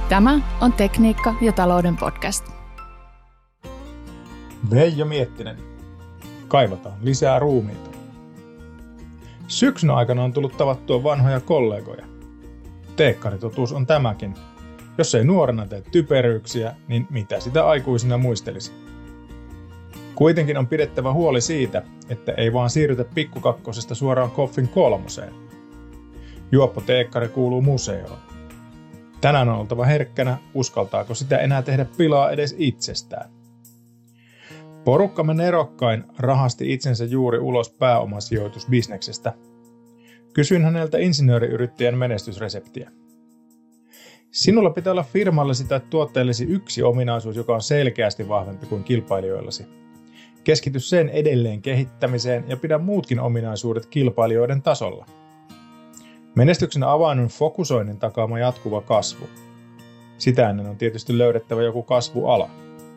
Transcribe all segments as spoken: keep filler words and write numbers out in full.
Tämä on Tekniikka ja talouden podcast. Veijo Miettinen. Kaivataan lisää ruumiita. Syksyn aikana on tullut tavattua vanhoja kollegoja. Teekkaritotuus on tämäkin. Jos ei nuorena tee typeryyksiä, niin mitä sitä aikuisina muistelisi? Kuitenkin on pidettävä huoli siitä, että ei vaan siirrytä pikkukakkosesta suoraan koffin kolmoseen. Juoppo teekkari kuuluu museoon. Tänään on oltava herkkänä, uskaltaako sitä enää tehdä pilaa edes itsestään. Porukkamme nerokkain rahasti itsensä juuri ulos pääomasijoitusbisneksestä. Kysyin häneltä insinööriyrittäjän menestysreseptiä. Sinulla pitää olla firmallesi tai tuotteellesi yksi ominaisuus, joka on selkeästi vahvempi kuin kilpailijoillasi. Keskity sen edelleen kehittämiseen ja pidä muutkin ominaisuudet kilpailijoiden tasolla. Menestyksen avain on fokusoinnin takaama jatkuva kasvu. Sitä ennen on tietysti löydettävä joku kasvuala.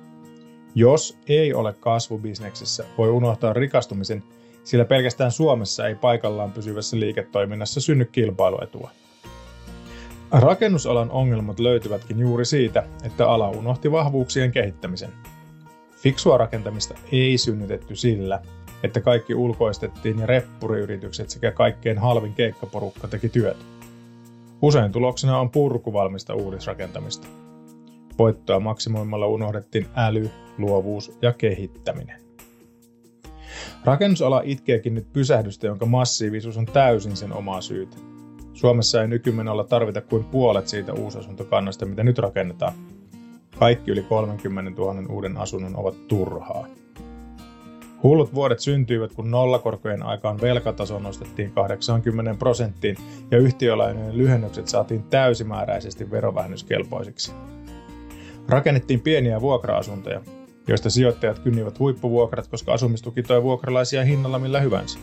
Jos ei ole kasvubisneksessä, voi unohtaa rikastumisen, sillä pelkästään Suomessa ei paikallaan pysyvässä liiketoiminnassa synny kilpailuetua. Rakennusalan ongelmat löytyvätkin juuri siitä, että ala unohti vahvuuksien kehittämisen. Fiksua rakentamista ei synnytetty sillä, että kaikki ulkoistettiin ja reppuriyritykset sekä kaikkein halvin keikkaporukka teki työtä. Usein tuloksena on purkuvalmista uudisrakentamista. Voittoa maksimoimalla unohdettiin äly, luovuus ja kehittäminen. Rakennusala itkeekin nyt pysähdystä, jonka massiivisuus on täysin sen omaa syytä. Suomessa ei nykymenolla tarvita kuin puolet siitä uusasuntokannasta, mitä nyt rakennetaan. Kaikki yli kolmekymmentätuhatta uuden asunnon ovat turhaa. Hullut vuodet syntyivät, kun nollakorkojen aikaan velkataso nostettiin kahdeksankymmentä prosenttiin ja yhtiölainojen lyhennykset saatiin täysimääräisesti verovähennyskelpoisiksi. Rakennettiin pieniä vuokra-asuntoja, joista sijoittajat kynnivät huippuvuokrat, koska asumistuki toi vuokralaisia hinnalla millä hyvänsä.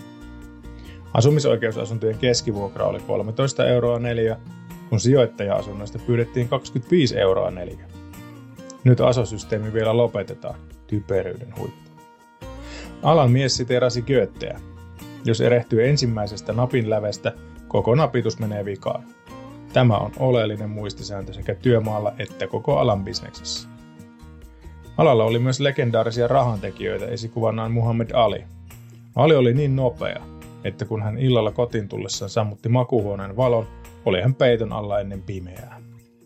Asumisoikeusasuntojen keskivuokra oli kolmetoista euroa neliö, kun sijoittaja-asunnoista pyydettiin kaksikymmentäviisi euroa neliö. Nyt asosysteemi vielä lopetetaan, typeryyden huippu. Alan mies siteerasi Goetheä. Jos erehtyy ensimmäisestä napin lävestä, koko napitus menee vikaan. Tämä on oleellinen muistisääntö sekä työmaalla että koko alan bisneksessä. Alalla oli myös legendaarisia rahantekijöitä, esikuvannaan Muhammad Ali. Ali oli niin nopea, että kun hän illalla kotiin tullessaan sammutti makuuhuoneen valon, oli hän peiton alla ennen pimeää.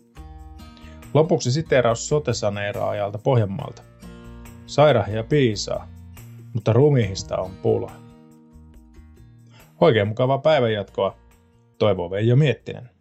Lopuksi siteeraus sote-saneeraajalta Pohjanmaalta. Sairahia piisaa, mutta rumihista on pula. Oikein mukavaa päivänjatkoa, toivoo Veijo Miettinen.